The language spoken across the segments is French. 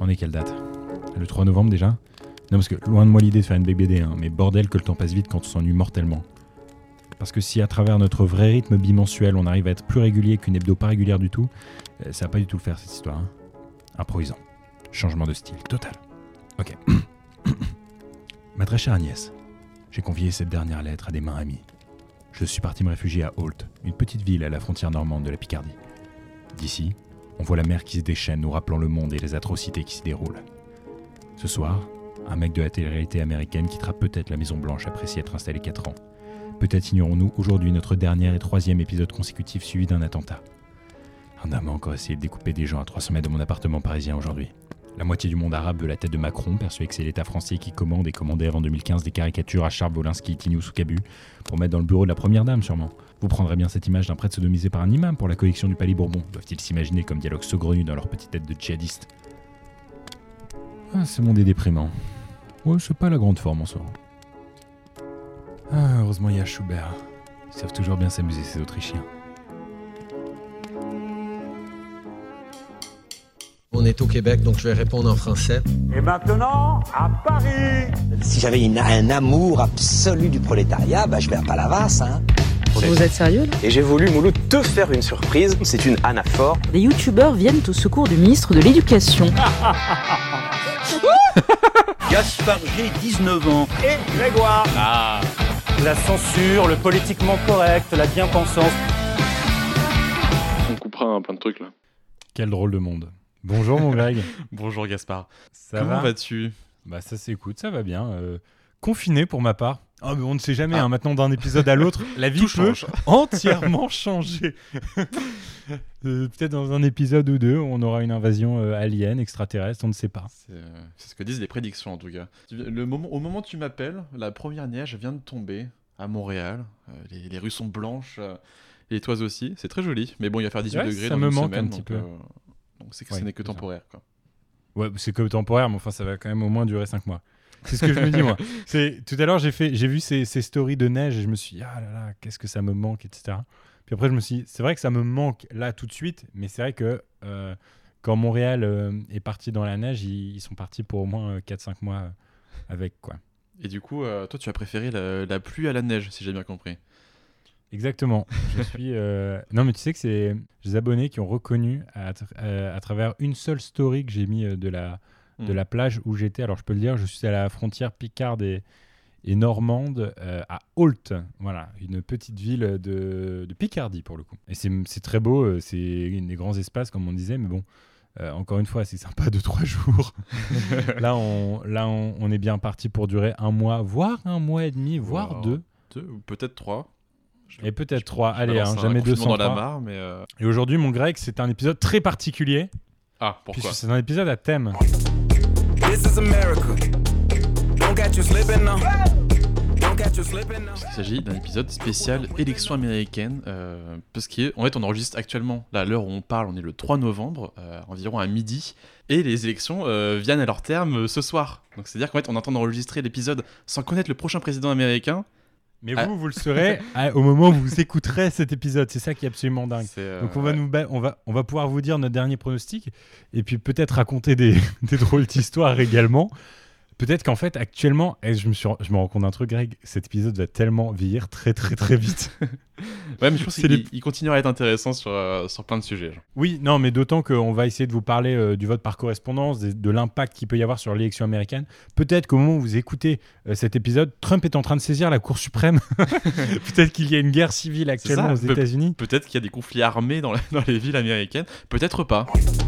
On est quelle date ? Le 3 novembre déjà ? Non, parce que loin de moi l'idée de faire une BD, hein, mais bordel que le temps passe vite quand on s'ennuie mortellement. Parce que si à travers notre vrai rythme bimensuel, on arrive à être plus régulier qu'une hebdo pas régulière du tout, ça va pas du tout le faire cette histoire. Hein. Improvisant. Changement de style, total. Ok. Ma très chère Agnès, j'ai confié cette dernière lettre à des mains amies. Je suis parti me réfugier à Holt, une petite ville à la frontière normande de la Picardie. D'ici, on voit la mer qui se déchaîne, nous rappelant le monde et les atrocités qui s'y déroulent. Ce soir, un mec de la télé-réalité américaine quittera peut-être la Maison Blanche après s'y être installé 4 ans. Peut-être ignorons-nous aujourd'hui notre dernier et 3e épisode consécutif suivi d'un attentat. Un homme a encore essayé de découper des gens à 300 mètres de mon appartement parisien aujourd'hui. La moitié du monde arabe veut la tête de Macron, persuadé que c'est l'État français qui commande et commandait avant 2015 des caricatures à Charles Wolinski, Tignoux ou Cabu pour mettre dans le bureau de la première dame sûrement. Vous prendrez bien cette image d'un prêtre sodomisé par un imam pour la collection du Palais Bourbon. Doivent-ils s'imaginer comme dialogue saugrenu dans leur petite tête de djihadistes ? Ah, ce monde est déprimant. Ouais, c'est pas la grande forme en ce moment. Ah, heureusement il y a Schubert. Ils savent toujours bien s'amuser ces Autrichiens. On est au Québec, donc je vais répondre en français. Et maintenant, à Paris. Si j'avais un amour absolu du prolétariat, je vais à Palavas, hein. Vous êtes sérieux là ? Et j'ai voulu, Mouloud, te faire une surprise. C'est une anaphore. Des youtubeurs viennent au secours du ministre de l'Éducation. Gaspard G, 19 ans. Et Grégoire. La censure, le politiquement correct, la bien-pensance. On coupera plein de trucs là. Quel drôle de monde. Bonjour mon Greg. Bonjour Gaspard. Comment vas-tu ? Bah ça s'écoute, ça va bien. Confiné pour ma part. Oh, mais on ne sait jamais, hein, maintenant d'un épisode à l'autre, la vie peut entièrement changer. Peut-être dans un épisode ou deux, on aura une invasion alien, extraterrestre, on ne sait pas. C'est ce que disent les prédictions en tout cas. Au moment où tu m'appelles, la première neige vient de tomber à Montréal. Les rues sont blanches, et les toits aussi. C'est très joli. Mais bon, il va faire 18 degrés ça dans me une manque semaine. un petit peu. Donc c'est que ce n'est que temporaire, quoi. Ouais, c'est que temporaire, mais enfin ça va quand même au moins durer 5 mois. C'est ce que je me dis moi. Tout à l'heure j'ai vu ces stories de neige et je me suis dit, ah là là, qu'est-ce que ça me manque, etc. Puis après je me suis dit, c'est vrai que ça me manque là tout de suite, mais c'est vrai que quand Montréal est parti dans la neige, ils sont partis pour au moins 4-5 mois avec quoi. Et du coup, toi tu as préféré la pluie à la neige, si j'ai bien compris. Exactement. Je suis. Non, mais tu sais que c'est des abonnés qui ont reconnu à travers une seule story que j'ai mis de la plage où j'étais. Alors, je peux le dire, je suis à la frontière picarde et normande, à Holt. Voilà, une petite ville de Picardie pour le coup. Et c'est très beau. C'est des grands espaces, comme on disait, mais bon. Encore une fois, c'est sympa 2-3 jours. là, on est bien parti pour durer 1 mois, voire 1 mois et demi, voire 2. 2 ou peut-être 3. Et peut-être 3, allez, jamais 200 dans la mare, mais Et aujourd'hui, mon Greg, c'est un épisode très particulier. Ah, pourquoi ? Puisque c'est un épisode à thème. Il s'agit d'un épisode spécial élection américaine, parce qu'en fait, on enregistre actuellement, là, à l'heure où on parle, on est le 3 novembre, environ à midi, et les élections viennent à leur terme ce soir. Donc c'est-à-dire qu'en fait, on est en train d'enregistrer l'épisode sans connaître le prochain président américain. Mais vous le saurez au moment où vous écouterez cet épisode. C'est ça qui est absolument dingue. Donc on va pouvoir vous dire notre dernier pronostic et puis peut-être raconter des drôles d'histoires également. Peut-être qu'en fait, actuellement, je me rends compte d'un truc, Greg, cet épisode va tellement vieillir très très très vite. Ouais, mais je pense qu'il continuera à être intéressant sur plein de sujets. Genre. Oui, non, mais d'autant qu'on va essayer de vous parler du vote par correspondance, de l'impact qu'il peut y avoir sur l'élection américaine. Peut-être qu'au moment où vous écoutez cet épisode, Trump est en train de saisir la Cour suprême. Peut-être qu'il y a une guerre civile actuellement aux États-Unis. Peut-être qu'il y a des conflits armés dans les villes américaines. Peut-être pas.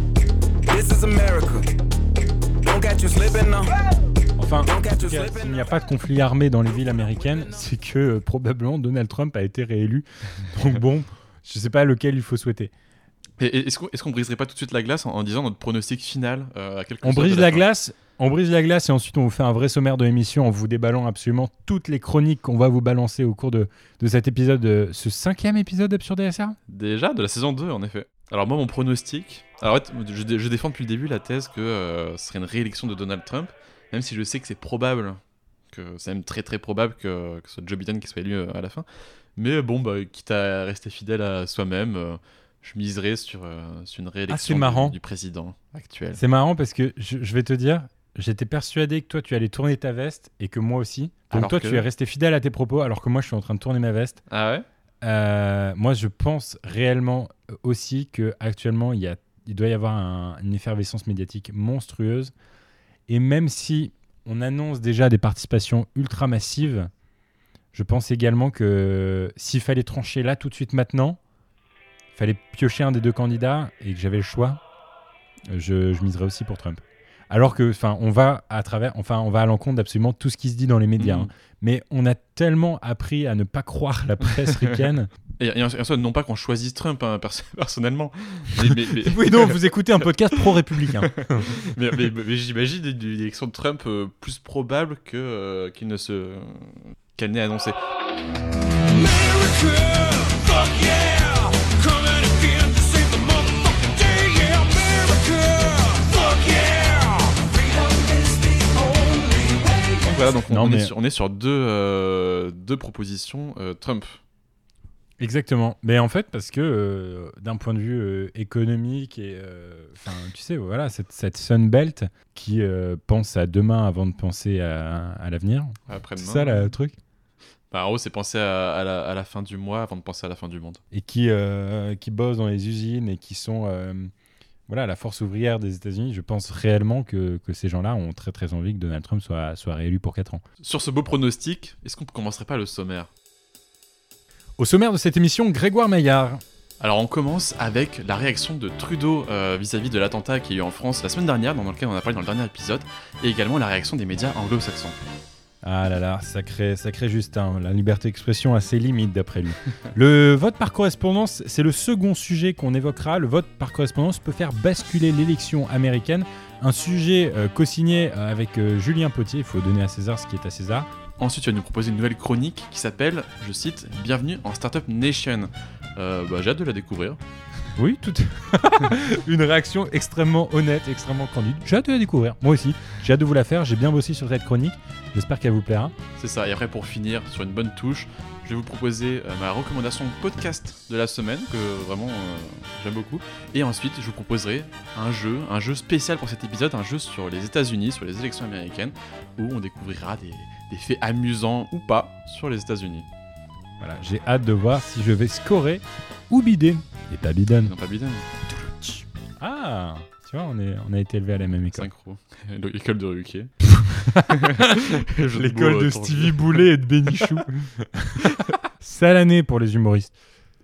Enfin, en tout cas, s'il n'y a pas de conflit armé dans les villes américaines, c'est que probablement Donald Trump a été réélu. Donc bon, je ne sais pas lequel il faut souhaiter. Et est-ce qu'on briserait pas tout de suite la glace en disant notre pronostic final à quelques On brise la glace et ensuite on vous fait un vrai sommaire de l'émission en vous déballant absolument toutes les chroniques qu'on va vous balancer au cours de cet épisode, ce 5e épisode d'Absurde SR. Déjà, de la saison 2 en effet. Alors moi mon pronostic, alors en fait, je défends depuis le début la thèse que ce serait une réélection de Donald Trump, même si je sais que c'est probable, que c'est même très très probable que ce soit Joe Biden qui soit élu à la fin. Mais bon, quitte à rester fidèle à soi-même, je miserais sur une réélection du président actuel. C'est marrant parce que je vais te dire, j'étais persuadé que toi tu allais tourner ta veste et que moi aussi. Donc Alors toi que... tu es resté fidèle à tes propos alors que moi je suis en train de tourner ma veste. Ah ouais. Moi je pense réellement aussi qu'actuellement il doit y avoir une effervescence médiatique monstrueuse. Et même si on annonce déjà des participations ultra massives, je pense également que s'il fallait trancher là tout de suite maintenant, il fallait piocher un des deux candidats et que j'avais le choix, je miserais aussi pour Trump. Alors que, on va à l'encontre d'absolument tout ce qui se dit dans les médias. Hein. Mais on a tellement appris à ne pas croire la presse ricaine. Et en soi, non pas qu'on choisisse Trump, hein, personnellement. Mais... Oui, non, vous écoutez un podcast pro-républicain. mais j'imagine une élection de Trump plus probable qu'elle n'est annoncée. Voilà, donc on est sur deux propositions Trump. Exactement. Mais en fait, parce que d'un point de vue économique et tu sais, voilà, cette Sunbelt qui pense à demain avant de penser à l'avenir. Après-demain. C'est ça le truc. En gros, c'est penser à la fin du mois avant de penser à la fin du monde. Et qui bossent dans les usines et qui sont la force ouvrière des États-Unis. Je pense réellement que ces gens-là ont très très envie que Donald Trump soit réélu pour 4 ans. Sur ce beau pronostic, est-ce qu'on ne commencerait pas le sommaire ? Au sommaire de cette émission, Grégoire Maillard. Alors on commence avec la réaction de Trudeau vis-à-vis de l'attentat qu'il y a eu en France la semaine dernière, dans lequel on a parlé dans le dernier épisode, et également la réaction des médias anglo-saxons. Ah là là, sacré Justin, la liberté d'expression a ses limites d'après lui. Le vote par correspondance, c'est le second sujet qu'on évoquera. Le vote par correspondance peut faire basculer l'élection américaine. Un sujet co-signé avec Julien Potier, il faut donner à César ce qui est à César. Ensuite, tu vas nous proposer une nouvelle chronique qui s'appelle, je cite, « Bienvenue en Startup Nation ». J'ai hâte de la découvrir. Oui, une réaction extrêmement honnête, extrêmement candide. J'ai hâte de la découvrir. Moi aussi, j'ai hâte de vous la faire. J'ai bien bossé sur cette chronique. J'espère qu'elle vous plaira. C'est ça. Et après, pour finir sur une bonne touche, je vais vous proposer ma recommandation podcast de la semaine, que vraiment j'aime beaucoup. Et ensuite, je vous proposerai un jeu spécial pour cet épisode, un jeu sur les États-Unis, sur les élections américaines, où on découvrira des faits amusants ou pas sur les États-Unis. Voilà, j'ai hâte de voir si je vais scorer ou bider. Et pas Biden. Non, pas Biden. Ah, tu vois, on a été élevés à la même école. Synchro. L'école de Ruquier. L'école de Stevie Boulet et de Bénichou. Sale année pour les humoristes.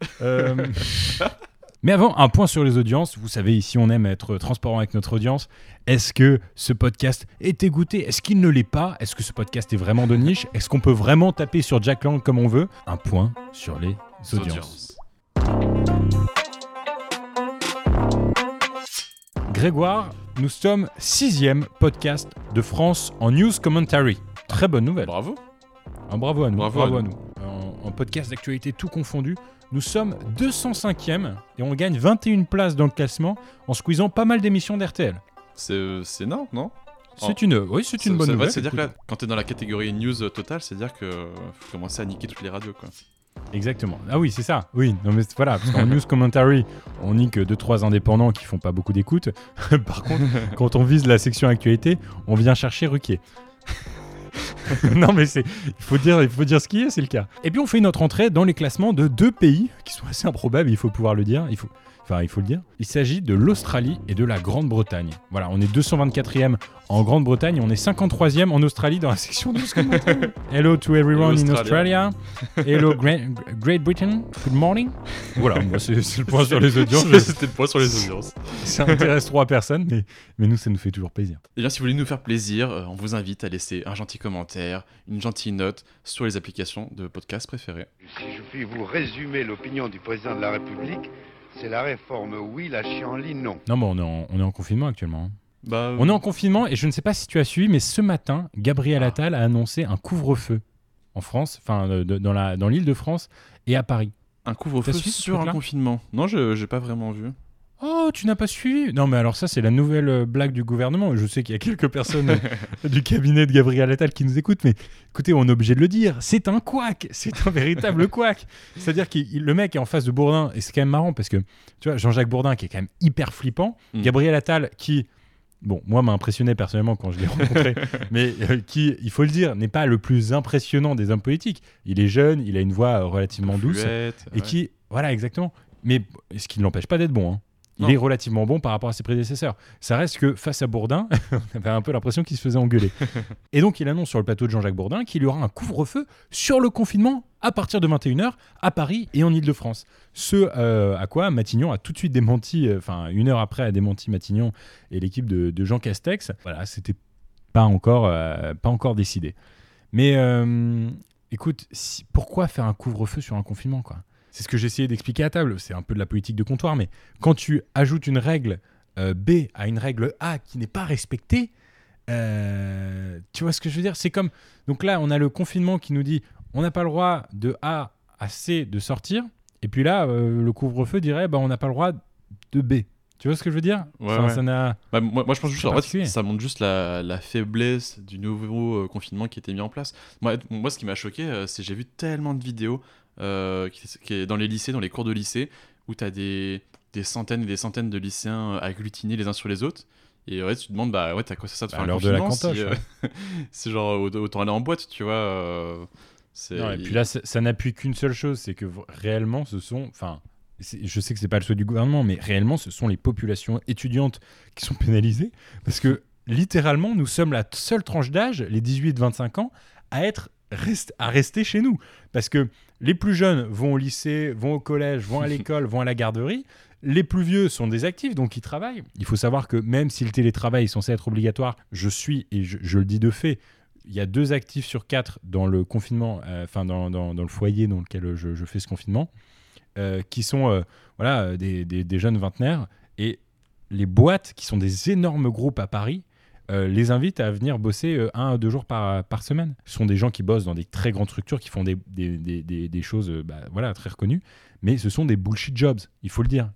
Mais avant, un point sur les audiences. Vous savez, ici, on aime être transparent avec notre audience. Est-ce que ce podcast est écouté ? Est-ce qu'il ne l'est pas ? Est-ce que ce podcast est vraiment de niche ? Est-ce qu'on peut vraiment taper sur Jack Lang comme on veut ? Un point sur les audiences. Grégoire, nous sommes 6e podcast de France en news commentary. Très bonne nouvelle. Bravo. Bravo à nous. Bravo à nous. En podcast d'actualité tout confondu, nous sommes 205e et on gagne 21 places dans le classement en squeezant pas mal d'émissions d'RTL. C'est énorme, non ? C'est une bonne nouvelle. C'est-à-dire que là, quand tu es dans la catégorie news totale, c'est-à-dire qu'il faut commencer à niquer toutes les radios, quoi. Exactement. Ah oui, c'est ça. Oui, non mais voilà, parce qu'en news commentary, on nique 2-3 indépendants qui font pas beaucoup d'écoute. Par contre, quand on vise la section actualité, on vient chercher Ruquier. Non mais il faut dire ce qui est, c'est le cas. Et puis on fait notre entrée dans les classements de 2 pays qui sont assez improbables, il faut pouvoir le dire. Il faut le dire. Il s'agit de l'Australie et de la Grande-Bretagne. Voilà, on est 224e en Grande-Bretagne, on est 53e en Australie dans la section 12 commentaires. Hello to everyone in Australia. Hello Great Britain. Good morning. Voilà, moi c'est le point sur les audiences. C'était le point sur les audiences. Ça intéresse 3 personnes, mais nous, ça nous fait toujours plaisir. Et bien, si vous voulez nous faire plaisir, on vous invite à laisser un gentil commentaire, une gentille note sur les applications de podcast préférées. Si je puis vous résumer l'opinion du président de la République, c'est la réforme oui, la chienlit non. Non, mais on est en confinement actuellement. On est en confinement et je ne sais pas si tu as suivi, mais ce matin, Gabriel Attal a annoncé un couvre-feu en France, dans l'île de France et à Paris. Un couvre-feu sur un confinement ? Non, je n'ai pas vraiment vu. Oh, Oh, tu n'as pas suivi? Non, mais alors ça, c'est la nouvelle blague du gouvernement. Je sais qu'il y a quelques personnes du cabinet de Gabriel Attal qui nous écoutent, mais écoutez, on est obligé de le dire. C'est un couac. C'est un véritable couac. C'est-à-dire que le mec est en face de Bourdin, et c'est quand même marrant parce que, tu vois, Jean-Jacques Bourdin qui est quand même hyper flippant, Gabriel Attal qui... Bon, moi, m'a impressionné personnellement quand je l'ai rencontré, mais qui, il faut le dire, n'est pas le plus impressionnant des hommes politiques. Il est jeune, il a une voix relativement douce, et qui, voilà, exactement. Mais ce qui ne l'empêche pas d'être bon. Hein. Il est relativement bon par rapport à ses prédécesseurs. Ça reste que face à Bourdin, on avait un peu l'impression qu'il se faisait engueuler. Et donc, il annonce sur le plateau de Jean-Jacques Bourdin qu'il y aura un couvre-feu sur le confinement à partir de 21h à Paris et en Ile-de-France. Ce à quoi Matignon a tout de suite démenti, une heure après a démenti Matignon et l'équipe de Jean Castex. Voilà, c'était pas encore décidé. Mais écoute, pourquoi faire un couvre-feu sur un confinement, quoi ? C'est ce que j'ai essayé d'expliquer à table. C'est un peu de la politique de comptoir, mais quand tu ajoutes une règle B à une règle A qui n'est pas respectée, tu vois ce que je veux dire ? C'est comme... Donc là, on a le confinement qui nous dit on n'a pas le droit de A à C de sortir, et puis là, le couvre-feu dirait on n'a pas le droit de B. Tu vois ce que je veux dire ? Ça n'a... moi, je pense juste en fait, ça montre juste la faiblesse du nouveau confinement qui a été mis en place. Moi, ce qui m'a choqué, c'est que j'ai vu tellement de vidéos qui est dans les lycées, dans les cours de lycée, où tu as des centaines et des centaines de lycéens agglutinés les uns sur les autres. Et ouais, tu te demandes, t'as quoi ça de faire un confinement, de la cantoche, c'est genre, autant aller en boîte, tu vois. Non, et puis là, ça n'appuie qu'une seule chose, c'est que réellement, ce sont... je sais que c'est pas le souhait du gouvernement, mais réellement, ce sont les populations étudiantes qui sont pénalisées, parce que littéralement, nous sommes la seule tranche d'âge, les 18-25 ans, à rester chez nous. Parce que les plus jeunes vont au lycée, vont au collège, vont à l'école, vont à la garderie. Les plus vieux sont des actifs, donc ils travaillent. Il faut savoir que même si le télétravail est censé être obligatoire, je le dis de fait, il y a 2 actifs sur 4 dans le confinement, dans le foyer dans lequel je fais ce confinement, qui sont des jeunes vingtenaires. Et les boîtes, qui sont des énormes groupes à Paris, les invitent à venir bosser 1 à 2 jours par semaine. Ce sont des gens qui bossent dans des très grandes structures, qui font des choses très reconnues, mais ce sont des bullshit jobs, il faut le dire.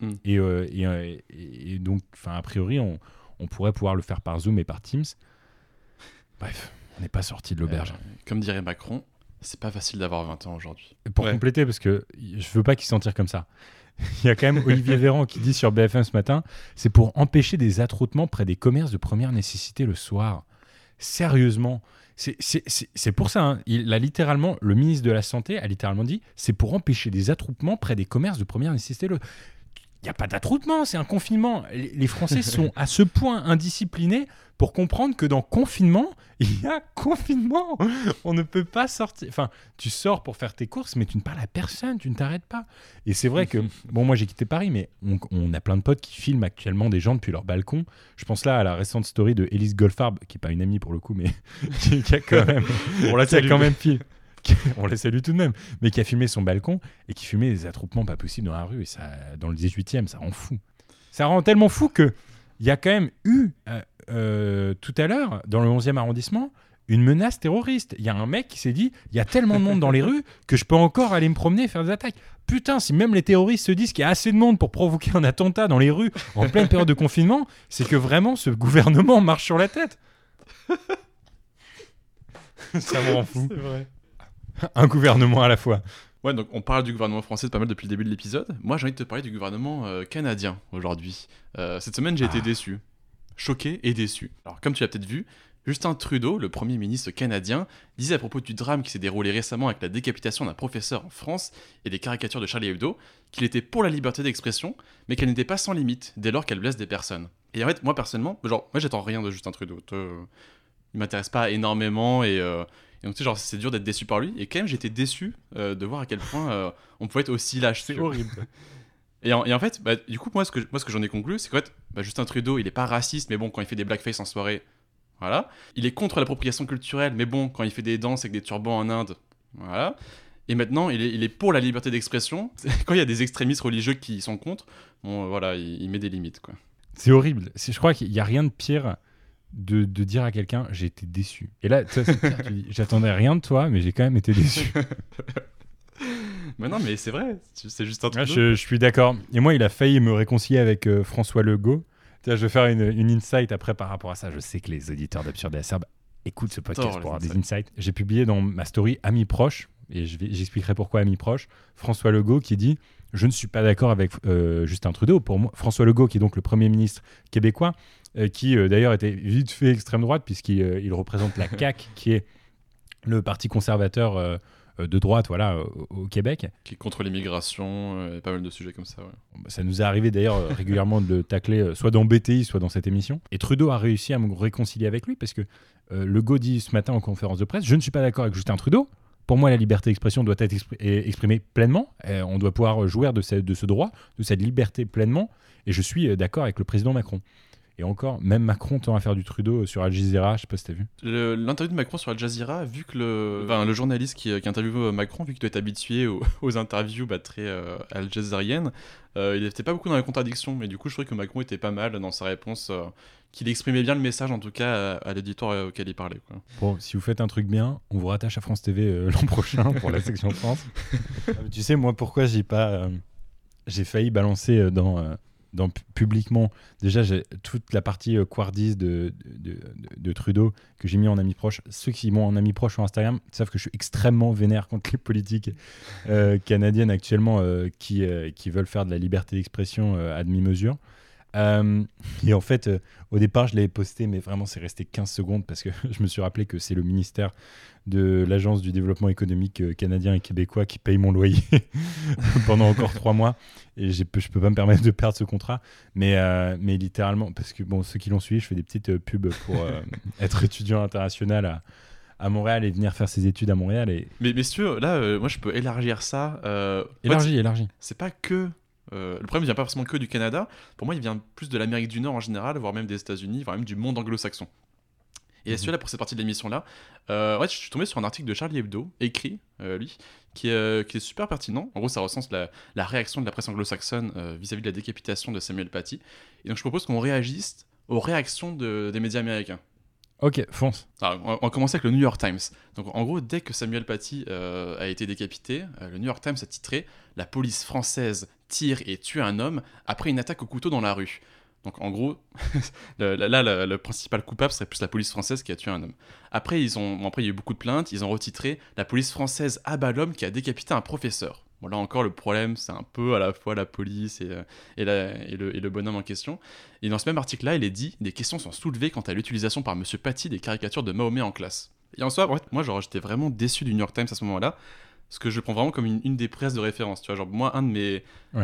Et donc, a priori, on pourrait pouvoir le faire par Zoom et par Teams. Bref, on n'est pas sorti de l'auberge. Comme dirait Macron, c'est pas facile d'avoir 20 ans aujourd'hui. Pour compléter, parce que je veux pas qu'il s'en tire comme ça. Il y a quand même Olivier Véran qui dit sur BFM ce matin, c'est pour empêcher des attroupements près des commerces de première nécessité le soir. Sérieusement, c'est pour ça. Hein. Le ministre de la Santé a littéralement dit, c'est pour empêcher des attroupements près des commerces de première nécessité. Il n'y a pas d'attroupement, c'est un confinement. Les Français sont à ce point indisciplinés pour comprendre que dans confinement, il y a confinement. On ne peut pas sortir. Enfin, tu sors pour faire tes courses, mais tu ne parles à personne, tu ne t'arrêtes pas. Et c'est vrai que, moi j'ai quitté Paris, mais on a plein de potes qui filment actuellement des gens depuis leur balcon. Je pense là à la récente story de Élise Goldfarb, qui n'est pas une amie pour le coup, mais qui a quand même... on la salue quand même on les salue tout de même, mais qui a filmé son balcon et qui filmait des attroupements pas possibles dans la rue. Et ça, dans le 18e, ça rend fou. Ça rend tellement fou qu'il y a quand même eu, tout à l'heure, dans le 11e arrondissement, une menace terroriste. Il y a un mec qui s'est dit, il y a tellement de monde dans les rues que je peux encore aller me promener et faire des attaques. Putain, si même les terroristes se disent qu'il y a assez de monde pour provoquer un attentat dans les rues en pleine période de confinement, c'est que vraiment ce gouvernement marche sur la tête. Ça me rend fou. C'est vrai. Un gouvernement à la fois. Ouais, donc on parle du gouvernement français pas mal depuis le début de l'épisode. Moi, j'ai envie de te parler du gouvernement canadien aujourd'hui. Cette semaine, j'ai été déçu. Choqué et déçu. Alors, comme tu l'as peut-être vu, Justin Trudeau, le Premier ministre canadien, disait à propos du drame qui s'est déroulé récemment avec la décapitation d'un professeur en France et les caricatures de Charlie Hebdo, qu'il était pour la liberté d'expression, mais qu'elle n'était pas sans limite dès lors qu'elle blesse des personnes. Et en fait, moi personnellement, moi j'attends rien de Justin Trudeau. Il m'intéresse pas énormément et donc tu sais, c'est dur d'être déçu par lui. Et quand même, j'étais déçu de voir à quel point on pouvait être aussi lâche. C'est horrible. Et en fait, du coup, moi, ce que j'en ai conclu, c'est qu'en fait, Justin Trudeau, il est pas raciste, mais bon, quand il fait des blackface en soirée, voilà. Il est contre l'appropriation culturelle, mais bon, quand il fait des danses avec des turbans en Inde, voilà. Et maintenant, il est pour la liberté d'expression. Quand il y a des extrémistes religieux qui sont contre, bon, voilà, il met des limites, quoi. C'est horrible. Je crois qu'il n'y a rien de pire de dire à quelqu'un, j'ai été déçu. Et là, c'est clair, tu dis, j'attendais rien de toi, mais j'ai quand même été déçu. Mais non, mais c'est vrai, c'est juste un truc. Je suis d'accord. Et moi, il a failli me réconcilier avec François Legault. Tiens, je vais faire une insight après par rapport à ça. Je sais que les auditeurs d'Absurde et Acerbe écoutent ce podcast pour avoir des insights. J'ai publié dans ma story Amis proches, et j'expliquerai pourquoi Amis proches, François Legault qui dit « Je ne suis pas d'accord avec Justin Trudeau ». Pour moi, François Legault, qui est donc le Premier ministre québécois, qui d'ailleurs était vite fait extrême droite, puisqu'il représente la CAQ, qui est le parti conservateur de droite au Québec. Qui est contre l'immigration, et pas mal de sujets comme ça. Ouais. Ça nous est arrivé d'ailleurs régulièrement de le tacler, soit dans BTI, soit dans cette émission. Et Trudeau a réussi à me réconcilier avec lui, parce que Legault dit ce matin en conférence de presse « Je ne suis pas d'accord avec Justin Trudeau. Pour moi, la liberté d'expression doit être exprimée pleinement. On doit pouvoir jouir de ce droit, de cette liberté pleinement. Et je suis d'accord avec le président Macron. » Et encore, même Macron tend à faire du Trudeau sur Al Jazeera, je sais pas si t'as vu. L'interview de Macron sur Al Jazeera, vu que le journaliste qui interviewe Macron, vu qu'il doit être habitué aux interviews très al jazériennes, il n'était pas beaucoup dans la contradiction, mais du coup je trouvais que Macron était pas mal dans sa réponse, qu'il exprimait bien le message en tout cas à l'éditoire auquel il parlait. Quoi. Bon, si vous faites un truc bien, on vous rattache à France TV l'an prochain pour la section France. Tu sais, moi pourquoi j'ai failli balancer publiquement, déjà j'ai toute la partie quardise de Trudeau que j'ai mis en ami proche. Ceux qui m'ont en ami proche sur Instagram savent que je suis extrêmement vénère contre les politiques canadiennes actuellement qui veulent faire de la liberté d'expression à demi-mesure. Et en fait, au départ, je l'avais posté, mais vraiment, c'est resté 15 secondes parce que je me suis rappelé que c'est le ministère de l'Agence du développement économique canadien et québécois qui paye mon loyer pendant encore 3 mois. Et je peux pas me permettre de perdre ce contrat. Mais littéralement, parce que bon, ceux qui l'ont suivi, je fais des petites pubs pour être étudiant international à Montréal et venir faire ses études à Montréal. Mais messieurs, là, moi, je peux élargir ça. Élargis. C'est pas que... le problème ne vient pas forcément que du Canada. Pour moi, il vient plus de l'Amérique du Nord en général, voire même des États-Unis, voire même du monde anglo-saxon. Et celui-là, pour cette partie de l'émission-là, je suis tombé sur un article de Charlie Hebdo, écrit, lui, qui est super pertinent. En gros, ça recense la réaction de la presse anglo-saxonne vis-à-vis de la décapitation de Samuel Paty. Et donc, je propose qu'on réagisse aux réactions des médias américains. Ok, fonce. Alors, on va commencer avec le New York Times. Donc, en gros, dès que Samuel Paty a été décapité, le New York Times a titré « La police française tire et tue un homme après une attaque au couteau dans la rue ». Donc, en gros, le principal coupable serait plus la police française qui a tué un homme. Après, il y a eu beaucoup de plaintes. Ils ont retitré « La police française abat l'homme qui a décapité un professeur ». Bon, là encore, le problème, c'est un peu à la fois la police et le bonhomme en question. Et dans ce même article-là, il est dit « Des questions sont soulevées quant à l'utilisation par M. Paty des caricatures de Mahomet en classe ». Et en soi, moi, j'étais vraiment déçu du New York Times à ce moment-là, parce que je le prends vraiment comme une des presses de référence. Tu vois, genre, moi, un de mes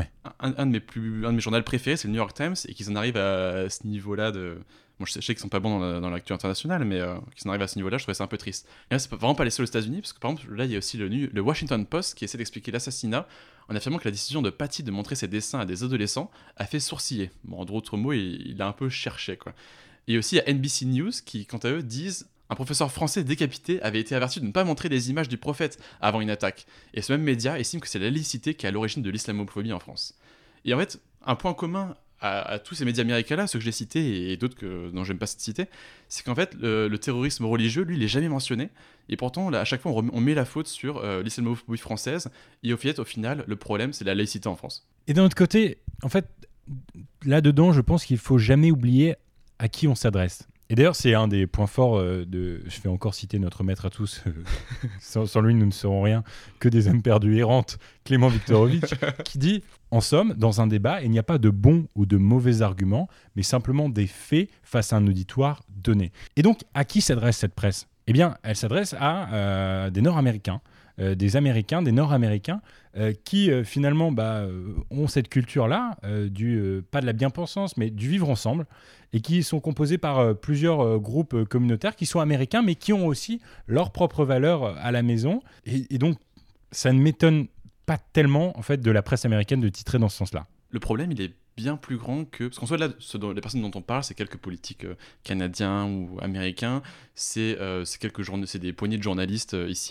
journaux préférés, c'est le New York Times, et qu'ils en arrivent à ce niveau-là de... Bon, je sais qu'ils sont pas bons dans l'actu internationale, mais qu'ils en arrivent à ce niveau-là, je trouvais ça un peu triste. Et là, c'est vraiment pas les seuls aux États-Unis, parce que par exemple, là, il y a aussi le Washington Post qui essaie d'expliquer l'assassinat en affirmant que la décision de Paty de montrer ses dessins à des adolescents a fait sourciller. Bon, en d'autres mots, il a un peu cherché, quoi. Et aussi, il y a NBC News qui, quant à eux, disent un professeur français décapité avait été averti de ne pas montrer des images du prophète avant une attaque. Et ce même média estime que c'est la laïcité qui est à l'origine de l'islamophobie en France. Et en fait, un point commun à tous ces médias américains-là, ceux que j'ai cités et d'autres dont j'aime pas citer, c'est qu'en fait, le terrorisme religieux, lui, il est jamais mentionné. Et pourtant, là, à chaque fois, on met la faute sur l'islamophobie française. Et au final, le problème, c'est la laïcité en France. Et d'un autre côté, en fait, là-dedans, je pense qu'il faut jamais oublier à qui on s'adresse. Et d'ailleurs, c'est un des points forts je vais encore citer notre maître à tous, sans lui, nous ne serons rien, que des âmes perdues errantes, Clément Viktorovitch, qui dit, en somme, dans un débat, il n'y a pas de bons ou de mauvais arguments, mais simplement des faits face à un auditoire donné. Et donc, à qui s'adresse cette presse ? Eh bien, elle s'adresse à des Nord-Américains, des Américains, des Nord-Américains, qui finalement ont cette culture-là, pas de la bien-pensance, mais du vivre ensemble, et qui sont composés par plusieurs groupes communautaires qui sont américains, mais qui ont aussi leurs propres valeurs à la maison. Et donc, ça ne m'étonne pas tellement, en fait, de la presse américaine de titrer dans ce sens-là. Le problème, il est bien plus grand que... Parce qu'en soit, là, les personnes dont on parle, c'est quelques politiques canadiens ou américains, c'est des poignées de journalistes ici et là.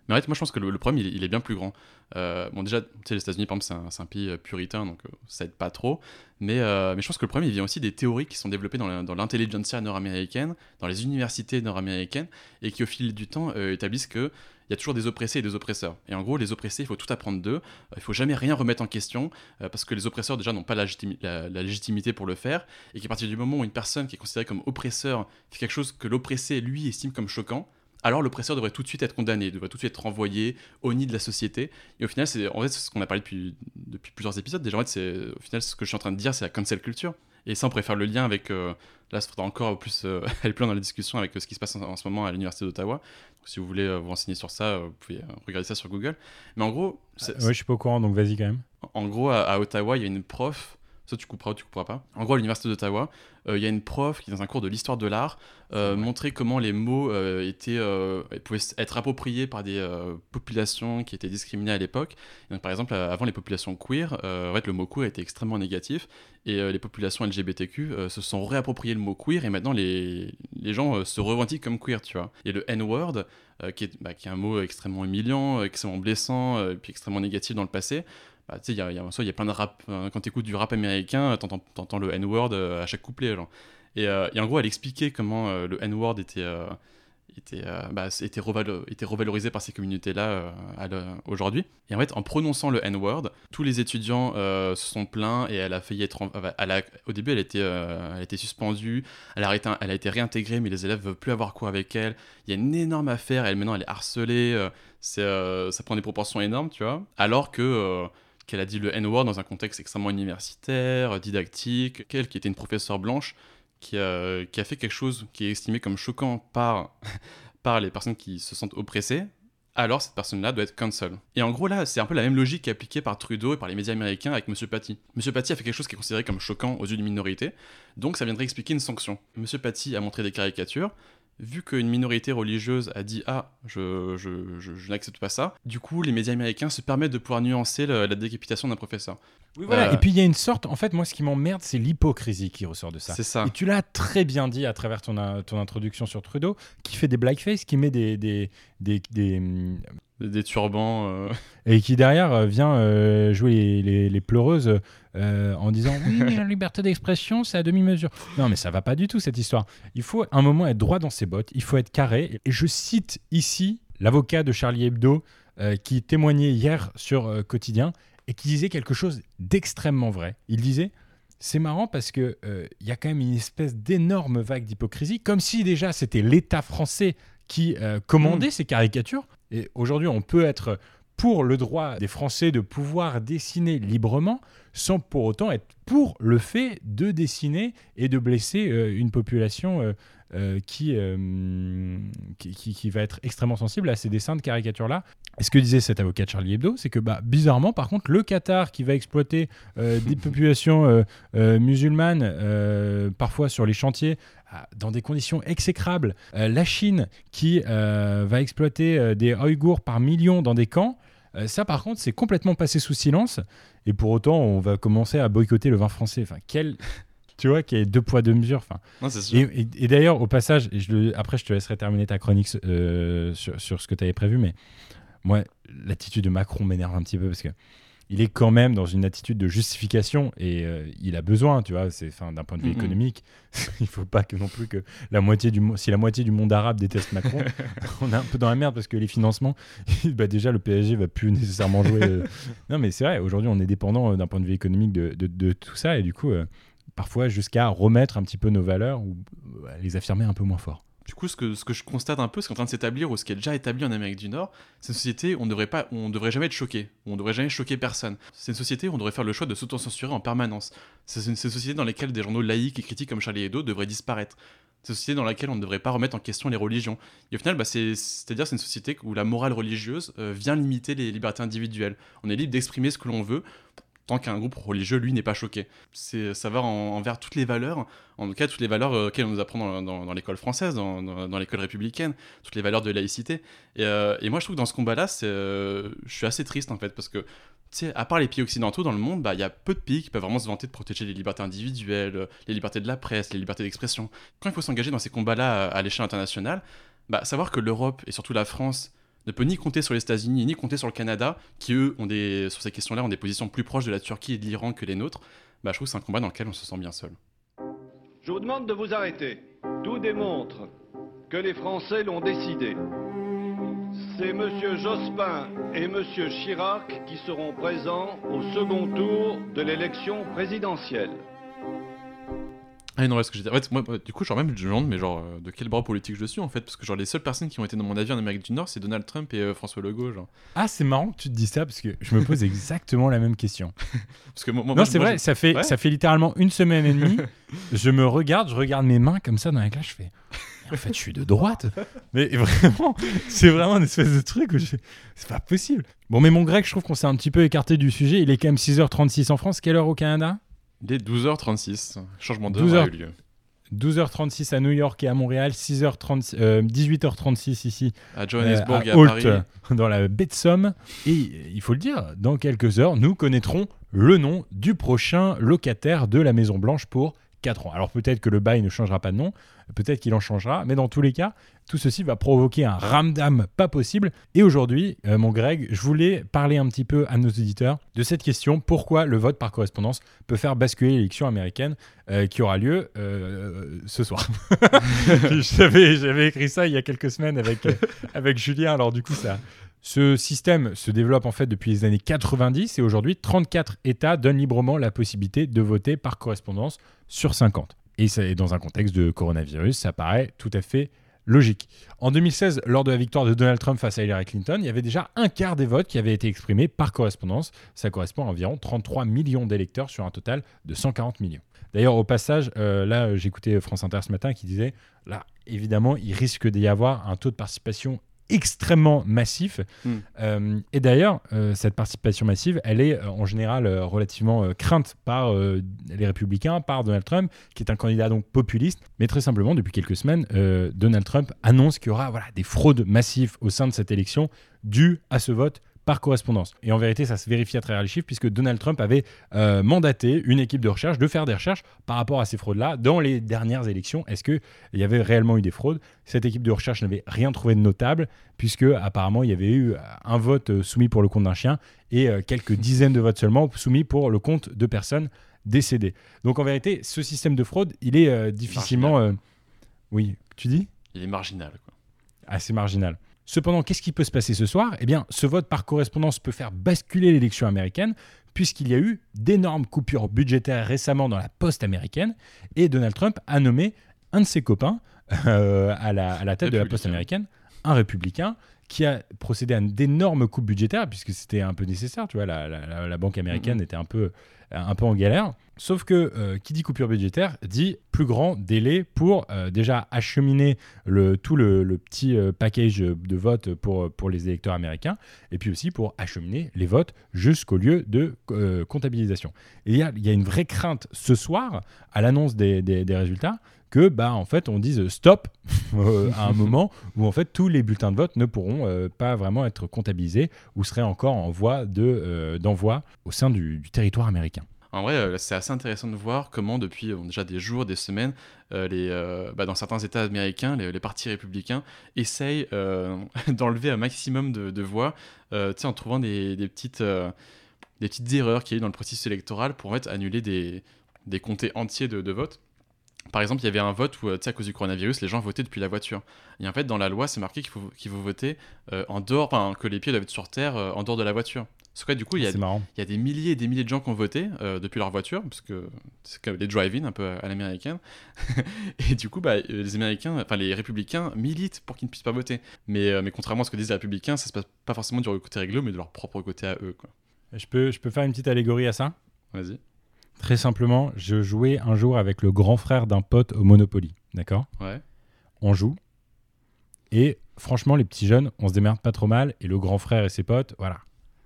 Mais en fait, moi je pense que le problème il est bien plus grand. Bon déjà, tu sais, les États-Unis par exemple c'est un pays puritain, donc ça aide pas trop. Mais je pense que le problème il vient aussi des théories qui sont développées dans l'intelligentsia nord-américaine, dans les universités nord-américaines, et qui au fil du temps établissent que il y a toujours des oppressés et des oppresseurs. Et en gros, les oppressés, il faut tout apprendre d'eux. Il faut jamais rien remettre en question, parce que les oppresseurs, déjà, n'ont pas la légitimité pour le faire. Et qu'à partir du moment où une personne qui est considérée comme oppresseur fait quelque chose que l'oppressé, lui, estime comme choquant, alors l'oppresseur devrait tout de suite être condamné, devrait tout de suite être renvoyé au nid de la société. Et au final, c'est ce qu'on a parlé depuis plusieurs épisodes. Déjà, en fait, au final, ce que je suis en train de dire, c'est la cancel culture. Et ça, on pourrait faire le lien avec... là, il faudra encore plus aller plus loin dans la discussion avec ce qui se passe en ce moment à l'Université d'Ottawa. Donc, si vous voulez vous renseigner sur ça, vous pouvez regarder ça sur Google. Mais en gros... Ouais, je suis pas au courant, donc vas-y quand même. En gros, à Ottawa, il y a une prof... Ça, tu couperas ou tu couperas pas. En gros, à l'Université d'Ottawa, il y a une prof qui, dans un cours de l'histoire de l'art, montrait comment les mots pouvaient être appropriés par des populations qui étaient discriminées à l'époque. Donc, par exemple, avant les populations queer, en fait, le mot queer était extrêmement négatif, et les populations LGBTQ se sont réappropriées le mot queer, et maintenant les gens se revendiquent comme queer, tu vois. Et le N-word, qui est un mot extrêmement humiliant, extrêmement blessant, puis extrêmement négatif dans le passé. Tu sais, il y a plein de rap. Quand tu écoutes du rap américain, t'entends le N-word à chaque couplet. Genre. Et en gros, elle expliquait comment le N-word était revalorisé par ces communautés-là aujourd'hui. Et en fait, en prononçant le N-word, tous les étudiants se sont plaints, et elle a failli être... au début, elle a été suspendue, elle a été réintégrée, mais les élèves ne veulent plus avoir cours avec elle. Il y a une énorme affaire, maintenant elle est harcelée, ça prend des proportions énormes, tu vois. Alors que... qu'elle a dit le N-word dans un contexte extrêmement universitaire, didactique, qu'elle qui était une professeure blanche, qui a fait quelque chose qui est estimé comme choquant par les personnes qui se sentent oppressées, alors cette personne-là doit être cancel. Et en gros là, c'est un peu la même logique qui est appliquée par Trudeau et par les médias américains avec M. Paty. M. Paty a fait quelque chose qui est considéré comme choquant aux yeux d'une minorité, donc ça viendrait expliquer une sanction. M. Paty a montré des caricatures. Vu qu'une minorité religieuse a dit « Ah, je n'accepte pas ça », du coup, les médias américains se permettent de pouvoir nuancer la décapitation d'un professeur. Oui, voilà. Et puis, il y a une sorte... En fait, moi, ce qui m'emmerde, c'est l'hypocrisie qui ressort de ça. C'est ça. Et tu l'as très bien dit à travers ton introduction sur Trudeau, qui fait des blackface, qui met des turbans... Et qui, derrière, vient jouer les pleureuses en disant « Oui, mais la liberté d'expression, c'est à demi-mesure. » Non, mais ça va pas du tout, cette histoire. Il faut, un moment, être droit dans ses bottes. Il faut être carré. Et je cite ici l'avocat de Charlie Hebdo qui témoignait hier sur Quotidien et qui disait quelque chose d'extrêmement vrai. Il disait « C'est marrant parce qu'il y a quand même une espèce d'énorme vague d'hypocrisie, comme si déjà c'était l'État français qui commandait ces caricatures. Et aujourd'hui, on peut être pour le droit des Français de pouvoir dessiner librement sans pour autant être pour le fait de dessiner et de blesser une population qui va être extrêmement sensible à ces dessins de caricatures-là. Et ce que disait cet avocat de Charlie Hebdo, c'est que bizarrement, par contre, le Qatar qui va exploiter des populations musulmanes, parfois sur les chantiers, dans des conditions exécrables, la Chine qui va exploiter des Ouïghours par millions dans des camps, ça par contre c'est complètement passé sous silence, et pour autant on va commencer à boycotter le vin français. Enfin, tu vois, qu'il y ait deux poids deux mesures. Enfin, non, c'est sûr. Et d'ailleurs au passage, après je te laisserai terminer ta chronique sur ce que tu avais prévu, mais moi l'attitude de Macron m'énerve un petit peu parce que il est quand même dans une attitude de justification, et il a besoin, tu vois, d'un point de vue économique, il ne faut pas que non plus que si la moitié du monde arabe déteste Macron, on est un peu dans la merde parce que les financements, déjà le PSG va plus nécessairement jouer. Non mais c'est vrai, aujourd'hui on est dépendant d'un point de vue économique de tout ça, et du coup parfois jusqu'à remettre un petit peu nos valeurs ou les affirmer un peu moins fort. Du coup, ce que je constate un peu, ce qui est en train de s'établir, ou ce qui est déjà établi en Amérique du Nord, c'est une société où on devrait jamais être choqué, où on devrait jamais choquer personne. C'est une société où on devrait faire le choix de s'auto-censurer en permanence. C'est une société dans laquelle des journaux laïques et critiques comme Charlie Hebdo devraient disparaître. C'est une société dans laquelle on ne devrait pas remettre en question les religions. Et au final, c'est une société où la morale religieuse vient limiter les libertés individuelles. On est libre d'exprimer ce que l'on veut, tant qu'un groupe religieux, lui, n'est pas choqué. Ça va envers toutes les valeurs, en tout cas toutes les valeurs auxquelles on nous apprend dans l'école française, dans l'école républicaine, toutes les valeurs de laïcité. Et moi, je trouve que dans ce combat-là, je suis assez triste, en fait, parce que, tu sais, à part les pays occidentaux dans le monde, il y a peu de pays qui peuvent vraiment se vanter de protéger les libertés individuelles, les libertés de la presse, les libertés d'expression. Quand il faut s'engager dans ces combats-là à l'échelle internationale, savoir que l'Europe, et surtout la France, ne peut ni compter sur les États-Unis ni compter sur le Canada, qui eux sur ces questions-là ont des positions plus proches de la Turquie et de l'Iran que les nôtres. Je trouve que c'est un combat dans lequel on se sent bien seul. Je vous demande de vous arrêter. Tout démontre que les Français l'ont décidé. C'est M. Jospin et M. Chirac qui seront présents au second tour de l'élection présidentielle. Ah non, ce que j'ai dit. En fait, moi, du coup, même je me demande, mais de quel bras politique je suis en fait, parce que les seules personnes qui ont été dans mon avis en Amérique du Nord, c'est Donald Trump et François Legault, genre. Ah, c'est marrant que tu te dis ça, parce que je me pose exactement la même question. Parce que c'est vrai, ça fait littéralement 1 semaine et demie. je regarde mes mains comme ça dans la classe, je fais. En fait, je suis de droite. Mais vraiment, c'est vraiment une espèce de truc où c'est pas possible. Bon, mais mon grec, je trouve qu'on s'est un petit peu écarté du sujet. Il est quand même 6h36 en France. Quelle heure au Canada ? Il est 12h36. Changement d'heure a eu lieu. 12h36 à New York et à Montréal, 18h36 ici à Johannesburg et à Holt, Paris, dans la baie de Somme. Et il faut le dire, dans quelques heures, nous connaîtrons le nom du prochain locataire de la Maison Blanche pour 4 ans. Alors peut-être que le bail ne changera pas de nom, peut-être qu'il en changera, mais dans tous les cas, tout ceci va provoquer un ramdam pas possible. Et aujourd'hui, mon Greg, je voulais parler un petit peu à nos auditeurs de cette question: pourquoi le vote par correspondance peut faire basculer l'élection américaine qui aura lieu ce soir. J'avais écrit ça il y a quelques semaines avec Julien, alors du coup ce système se développe en fait depuis les années 90 et aujourd'hui 34 États donnent librement la possibilité de voter par correspondance sur 50. Et dans un contexte de coronavirus, ça paraît tout à fait logique. En 2016, lors de la victoire de Donald Trump face à Hillary Clinton, il y avait déjà un quart des votes qui avaient été exprimés par correspondance. Ça correspond à environ 33 millions d'électeurs sur un total de 140 millions. D'ailleurs, au passage, là, j'écoutais France Inter ce matin qui disait, là, évidemment, il risque d'y avoir un taux de participation extrêmement massif. Et d'ailleurs, cette participation massive, elle est en général relativement crainte par les républicains, par Donald Trump, qui est un candidat donc populiste. Mais très simplement, depuis quelques semaines, Donald Trump annonce qu'il y aura des fraudes massives au sein de cette élection dues à ce vote par correspondance. Et en vérité, ça se vérifie à travers les chiffres, puisque Donald Trump avait mandaté une équipe de recherche de faire des recherches par rapport à ces fraudes-là dans les dernières élections. Est-ce qu'il y avait réellement eu des fraudes ? Cette équipe de recherche n'avait rien trouvé de notable, puisque apparemment il y avait eu un vote soumis pour le compte d'un chien et quelques dizaines de votes seulement soumis pour le compte de personnes décédées. Donc en vérité, ce système de fraude, il est difficilement... Oui, tu dis ? Il est marginal, quoi. Assez marginal. Cependant, qu'est-ce qui peut se passer ce soir ? Eh bien, ce vote par correspondance peut faire basculer l'élection américaine, puisqu'il y a eu d'énormes coupures budgétaires récemment dans la poste américaine, et Donald Trump a nommé un de ses copains à la tête de la poste américaine, un républicain, qui a procédé à d'énormes coupes budgétaires, puisque c'était un peu nécessaire, tu vois, la banque américaine était un peu en galère. Sauf que qui dit coupure budgétaire dit plus grand délai pour déjà acheminer tout le petit package de vote pour les électeurs américains, et puis aussi pour acheminer les votes jusqu'au lieu de comptabilisation. Et il y a une vraie crainte ce soir, à l'annonce des résultats, que en fait on dise stop à un moment où en fait tous les bulletins de vote ne pourront pas vraiment être comptabilisés ou seraient encore en voie d'envoi au sein du territoire américain. En vrai, c'est assez intéressant de voir comment depuis déjà des jours, des semaines, dans certains États américains, les partis républicains essayent d'enlever un maximum de voix, en trouvant des petites erreurs qu'il y a eu dans le processus électoral pour en fait annuler des comtés entiers de votes. Par exemple, il y avait un vote où, à cause du coronavirus, les gens votaient depuis la voiture. Et en fait, dans la loi, c'est marqué qu'il faut voter en dehors, que les pieds doivent être sur terre en dehors de la voiture. Parce que du coup, il y a des milliers et des milliers de gens qui ont voté depuis leur voiture, parce que c'est comme les drive-in un peu à l'américaine. Et du coup, les républicains militent pour qu'ils ne puissent pas voter. Mais contrairement à ce que disent les républicains, ça se passe pas forcément du côté réglo, mais de leur propre côté à eux, quoi. Je peux faire une petite allégorie à ça ? Vas-y. Très simplement, je jouais un jour avec le grand frère d'un pote au Monopoly, d'accord ? Ouais. On joue, et franchement, les petits jeunes, on se démerde pas trop mal, et le grand frère et ses potes, voilà.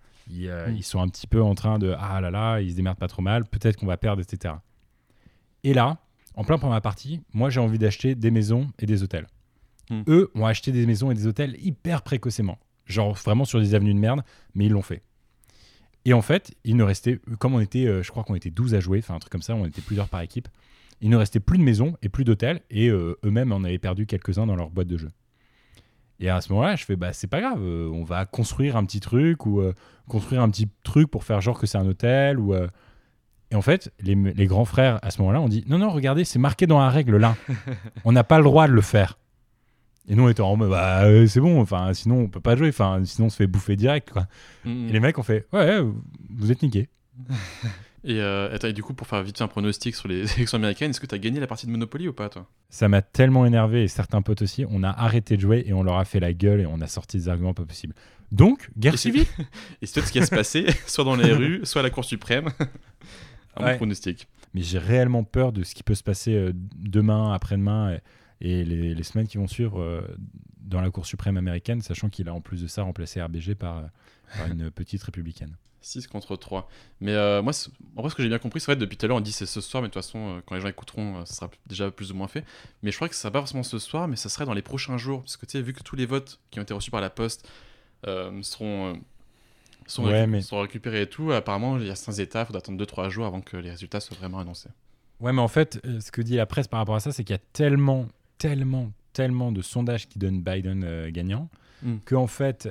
Ils sont un petit peu en train de « Ah là là, ils se démerdent pas trop mal, peut-être qu'on va perdre, etc. » Et là, en plein pendant la partie, moi j'ai envie d'acheter des maisons et des hôtels. Eux ont acheté des maisons et des hôtels hyper précocement. Genre vraiment sur des avenues de merde, mais ils l'ont fait. Et en fait, il ne restait, comme on était, je crois qu'on était 12 à jouer, enfin un truc comme ça, on était plusieurs par équipe, il ne restait plus de maisons et plus d'hôtels, et eux-mêmes en avaient perdu quelques-uns dans leur boîte de jeu. Et à ce moment-là, je fais, c'est pas grave, on va construire un petit truc ou construire un petit truc pour faire genre que c'est un hôtel. Et en fait, les grands frères, à ce moment-là, ont dit, non, regardez, c'est marqué dans la règle là. On n'a pas le droit de le faire. Et nous, on était en mode, c'est bon, sinon on peut pas jouer, sinon on se fait bouffer direct, quoi. Et les mecs ont fait, ouais, vous êtes niqués. Et, attends, et du coup, pour faire vite fait un pronostic sur les élections américaines, est-ce que tu as gagné la partie de Monopoly ou pas, toi ? Ça m'a tellement énervé, et certains potes aussi, on a arrêté de jouer et on leur a fait la gueule et on a sorti des arguments pas possibles. Donc, guerre civile. Et c'est peut-être ce qui va se passer, soit dans les rues, soit à la Cour suprême. Un bon pronostic. Mais j'ai réellement peur de ce qui peut se passer demain, après-demain et les semaines qui vont suivre dans la Cour suprême américaine, sachant qu'il a en plus de ça remplacé RBG par une petite républicaine. 6 contre 3. Mais moi, en vrai, ce que j'ai bien compris, c'est vrai, depuis tout à l'heure, on dit c'est ce soir, mais de toute façon, quand les gens écouteront, ça sera déjà plus ou moins fait. Mais je crois que ça sera pas forcément ce soir, mais ça serait dans les prochains jours. Parce que tu sais, vu que tous les votes qui ont été reçus par la Poste seront récupérés et tout, apparemment, il y a certains États, il faudra attendre 2-3 jours avant que les résultats soient vraiment annoncés. Ouais, mais en fait, ce que dit la presse par rapport à ça, c'est qu'il y a tellement de sondages qui donnent Biden gagnant qu'en fait,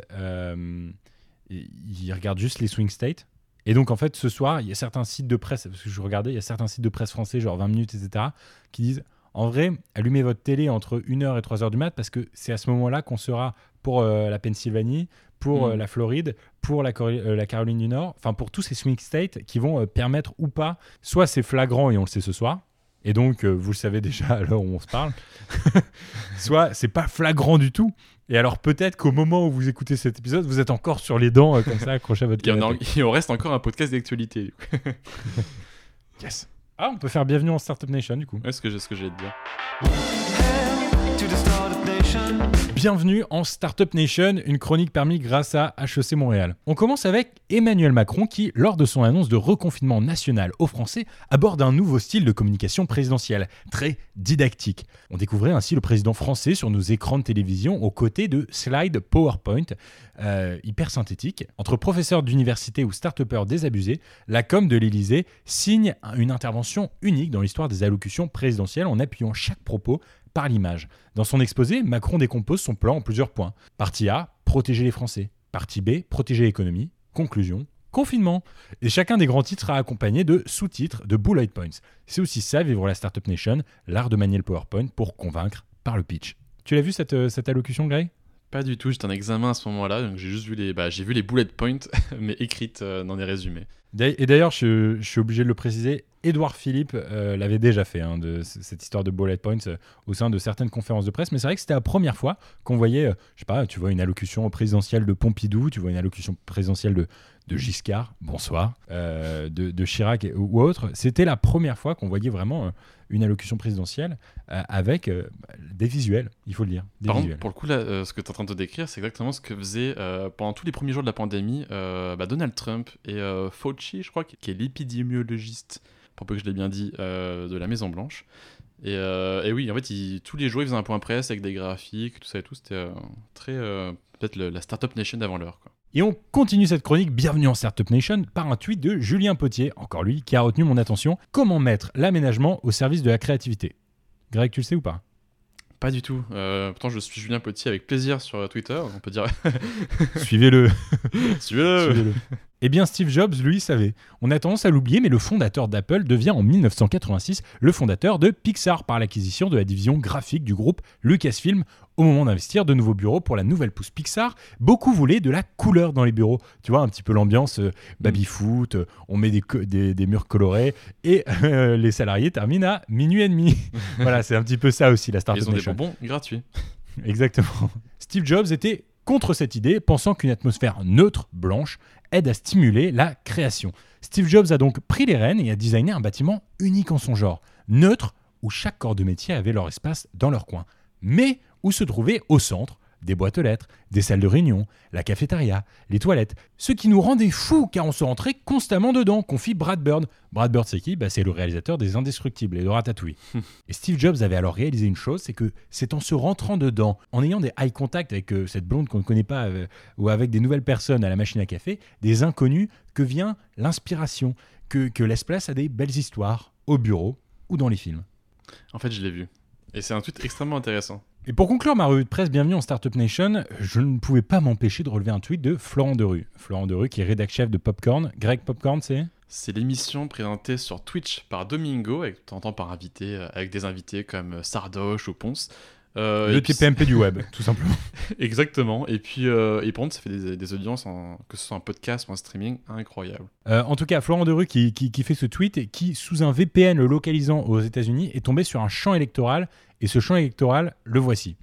ils regardent juste les swing states. Et donc, en fait, ce soir, il y a certains sites de presse, parce que je regardais, il y a certains sites de presse français, genre 20 minutes, etc., qui disent, en vrai, allumez votre télé entre 1h et 3h du mat', parce que c'est à ce moment-là qu'on sera pour la Pennsylvanie, pour la Floride, pour la Caroline du Nord, pour tous ces swing states qui vont permettre ou pas, soit c'est flagrant et on le sait ce soir, et donc vous le savez déjà à l'heure où on se parle, soit c'est pas flagrant du tout. Et alors peut-être qu'au moment où vous écoutez cet épisode, vous êtes encore sur les dents, comme ça, accroché à votre canapé. Il en reste encore un podcast d'actualité. Yes. Ah, on peut faire bienvenue en Startup Nation, du coup. Ouais, ce que j'allais te dire. Bienvenue en Startup Nation, une chronique permise grâce à HEC Montréal. On commence avec Emmanuel Macron qui, lors de son annonce de reconfinement national aux Français, aborde un nouveau style de communication présidentielle, très didactique. On découvrait ainsi le président français sur nos écrans de télévision aux côtés de slides PowerPoint hyper synthétiques. Entre professeurs d'université ou start-upers désabusés, la com de l'Élysée signe une intervention unique dans l'histoire des allocutions présidentielles en appuyant chaque propos par l'image. Dans son exposé, Macron décompose son plan en plusieurs points. Partie A, protéger les Français. Partie B, protéger l'économie. Conclusion, confinement. Et chacun des grands titres sera accompagné de sous-titres, de bullet points. C'est aussi ça, vivre la Startup Nation, l'art de manier le PowerPoint pour convaincre par le pitch. Tu l'as vu cette allocution, Greg ? Pas du tout, j'étais en examen à ce moment-là, donc j'ai juste vu les bullet points, mais écrites dans des résumés. Et d'ailleurs, je suis obligé de le préciser, Édouard Philippe l'avait déjà fait, de cette histoire de bullet points au sein de certaines conférences de presse, mais c'est vrai que c'était la première fois qu'on voyait, tu vois une allocution présidentielle de Pompidou, tu vois une allocution présidentielle de Giscard, bonsoir, de Chirac ou autre. C'était la première fois qu'on voyait vraiment une allocution présidentielle avec des visuels, il faut le dire. Par contre, pour le coup, là, ce que tu es en train de décrire, c'est exactement ce que faisait pendant tous les premiers jours de la pandémie Donald Trump et Fauci, je crois, qui est l'épidémiologiste, pour peu que je l'ai bien dit, de la Maison-Blanche. Et oui, en fait, tous les jours, ils faisaient un point presse avec des graphiques, tout ça et tout. C'était très, peut-être la Startup Nation d'avant l'heure, quoi. Et on continue cette chronique Bienvenue en Startup Nation par un tweet de Julien Potier, encore lui, qui a retenu mon attention. Comment mettre l'aménagement au service de la créativité ? Greg, tu le sais ou pas ? Pas du tout. Pourtant, je suis Julien Potier avec plaisir sur Twitter, on peut dire. Suivez-le. Suivez-le. Eh bien, Steve Jobs, lui, savait. On a tendance à l'oublier, mais le fondateur d'Apple devient en 1986 le fondateur de Pixar par l'acquisition de la division graphique du groupe Lucasfilm. Au moment d'investir de nouveaux bureaux pour la nouvelle pousse Pixar, beaucoup voulaient de la couleur dans les bureaux. Tu vois, un petit peu l'ambiance baby-foot, on met des murs colorés et les salariés terminent à minuit et demi. Voilà, c'est un petit peu ça aussi, la Startup Nation. Ils ont des bonbons gratuits. Exactement. Steve Jobs était contre cette idée, pensant qu'une atmosphère neutre, blanche, aide à stimuler la création. Steve Jobs a donc pris les rênes et a designé un bâtiment unique en son genre, neutre, où chaque corps de métier avait leur espace dans leur coin, mais où se trouvaient au centre des boîtes aux lettres, des salles de réunion, la cafétéria, les toilettes, ce qui nous rendait fous car on se rentrait constamment dedans, confie Brad Bird. Brad Bird, c'est qui ? C'est le réalisateur des Indestructibles et de Ratatouille. Et Steve Jobs avait alors réalisé une chose, c'est que c'est en se rentrant dedans, en ayant des eye contact avec cette blonde qu'on ne connaît pas, ou avec des nouvelles personnes à la machine à café, des inconnus, que vient l'inspiration, que laisse place à des belles histoires, au bureau ou dans les films. En fait, je l'ai vu. Et c'est un tweet extrêmement intéressant. Et pour conclure ma revue de presse, bienvenue en Startup Nation, je ne pouvais pas m'empêcher de relever un tweet de Florent Derue. Florent Derue qui est rédac-chef de Popcorn. Greg, Popcorn, c'est l'émission présentée sur Twitch par Domingo, avec des invités comme Sardoche ou Ponce. Le TPMP du web, tout simplement. Exactement. Et puis, par contre, ça fait des audiences, que ce soit en podcast ou en streaming, incroyables. En tout cas, Florent Derue qui fait ce tweet et qui, sous un VPN le localisant aux États-Unis, est tombé sur un champ électoral. Et ce champ électoral, le voici.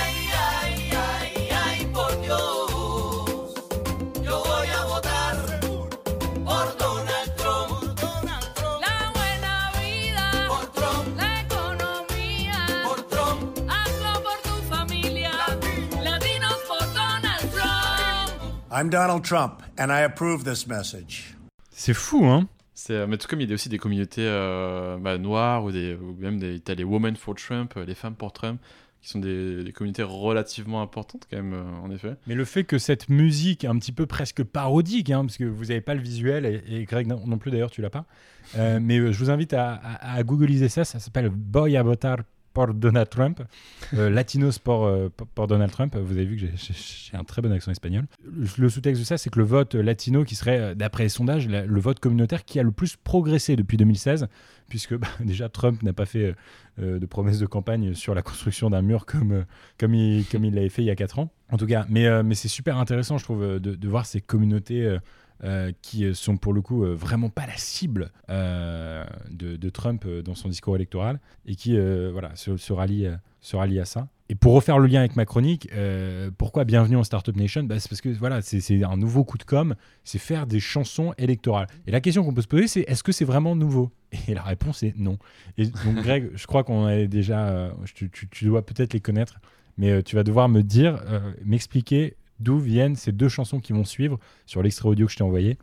I'm Donald Trump, and I approve this message. C'est fou, hein? Mais tout comme il y a aussi des communautés noires ou même t'as les Women for Trump, les femmes pour Trump, qui sont des communautés relativement importantes quand même, en effet. Mais le fait que cette musique un petit peu presque parodique, hein, parce que vous n'avez pas le visuel, et Greg non plus d'ailleurs, tu l'as pas, mais je vous invite à googliser ça s'appelle Boy Avatar pour Donald Trump, Latinos pour Donald Trump. Vous avez vu que j'ai un très bon accent espagnol. Le sous-texte de ça, c'est que le vote latino, qui serait, d'après les sondages, le vote communautaire qui a le plus progressé depuis 2016, puisque déjà Trump n'a pas fait de promesses de campagne sur la construction d'un mur comme il l'avait fait il y a 4 ans. En tout cas, mais c'est super intéressant, je trouve, de voir ces communautés qui sont pour le coup vraiment pas la cible de Trump dans son discours électoral et qui se rallient à ça. Et pour refaire le lien avec ma chronique, pourquoi bienvenue en Startup Nation ? C'est parce que c'est un nouveau coup de com', c'est faire des chansons électorales. Et la question qu'on peut se poser, c'est est-ce que c'est vraiment nouveau ? Et la réponse est non. Et donc Greg, je crois qu'on avait déjà, tu dois peut-être les connaître, mais tu vas devoir m'expliquer d'où viennent ces 2 chansons qui vont suivre sur l'extrait audio que je t'ai envoyé.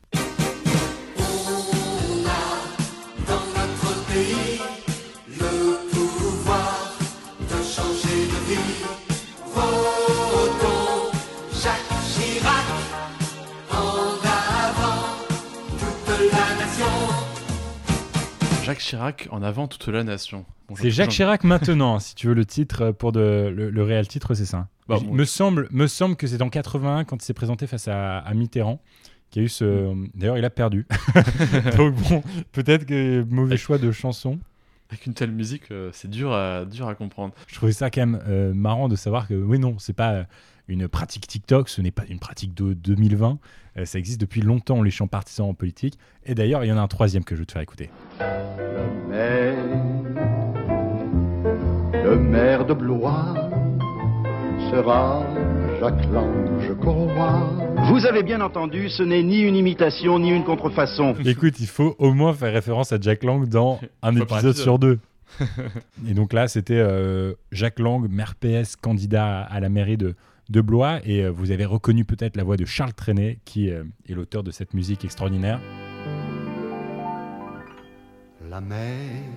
Jacques Chirac en avant toute la nation. Bon, c'est Jacques Chirac maintenant, si tu veux le titre pour le réel titre, c'est ça. Me semble que c'est en 81 quand il s'est présenté face à Mitterrand, qui a eu D'ailleurs, il a perdu. Donc bon, peut-être que mauvais choix de chanson. Avec une telle musique, c'est dur à comprendre. Je trouvais ça quand même marrant de savoir que c'est pas une pratique TikTok, ce n'est pas une pratique de 2020. Ça existe depuis longtemps, les chants partisans en politique. Et d'ailleurs, il y en a un 3e que je vais te faire écouter. Le maire de Blois sera Jacques Lang, je crois. Vous avez bien entendu, ce n'est ni une imitation, ni une contrefaçon. Écoute, il faut au moins faire référence à Jack Lang dans un épisode sur 2. Et donc là, c'était Jacques Lang, maire PS, candidat à la mairie de Blois. Et vous avez reconnu peut-être la voix de Charles Trenet, qui est l'auteur de cette musique extraordinaire. La mer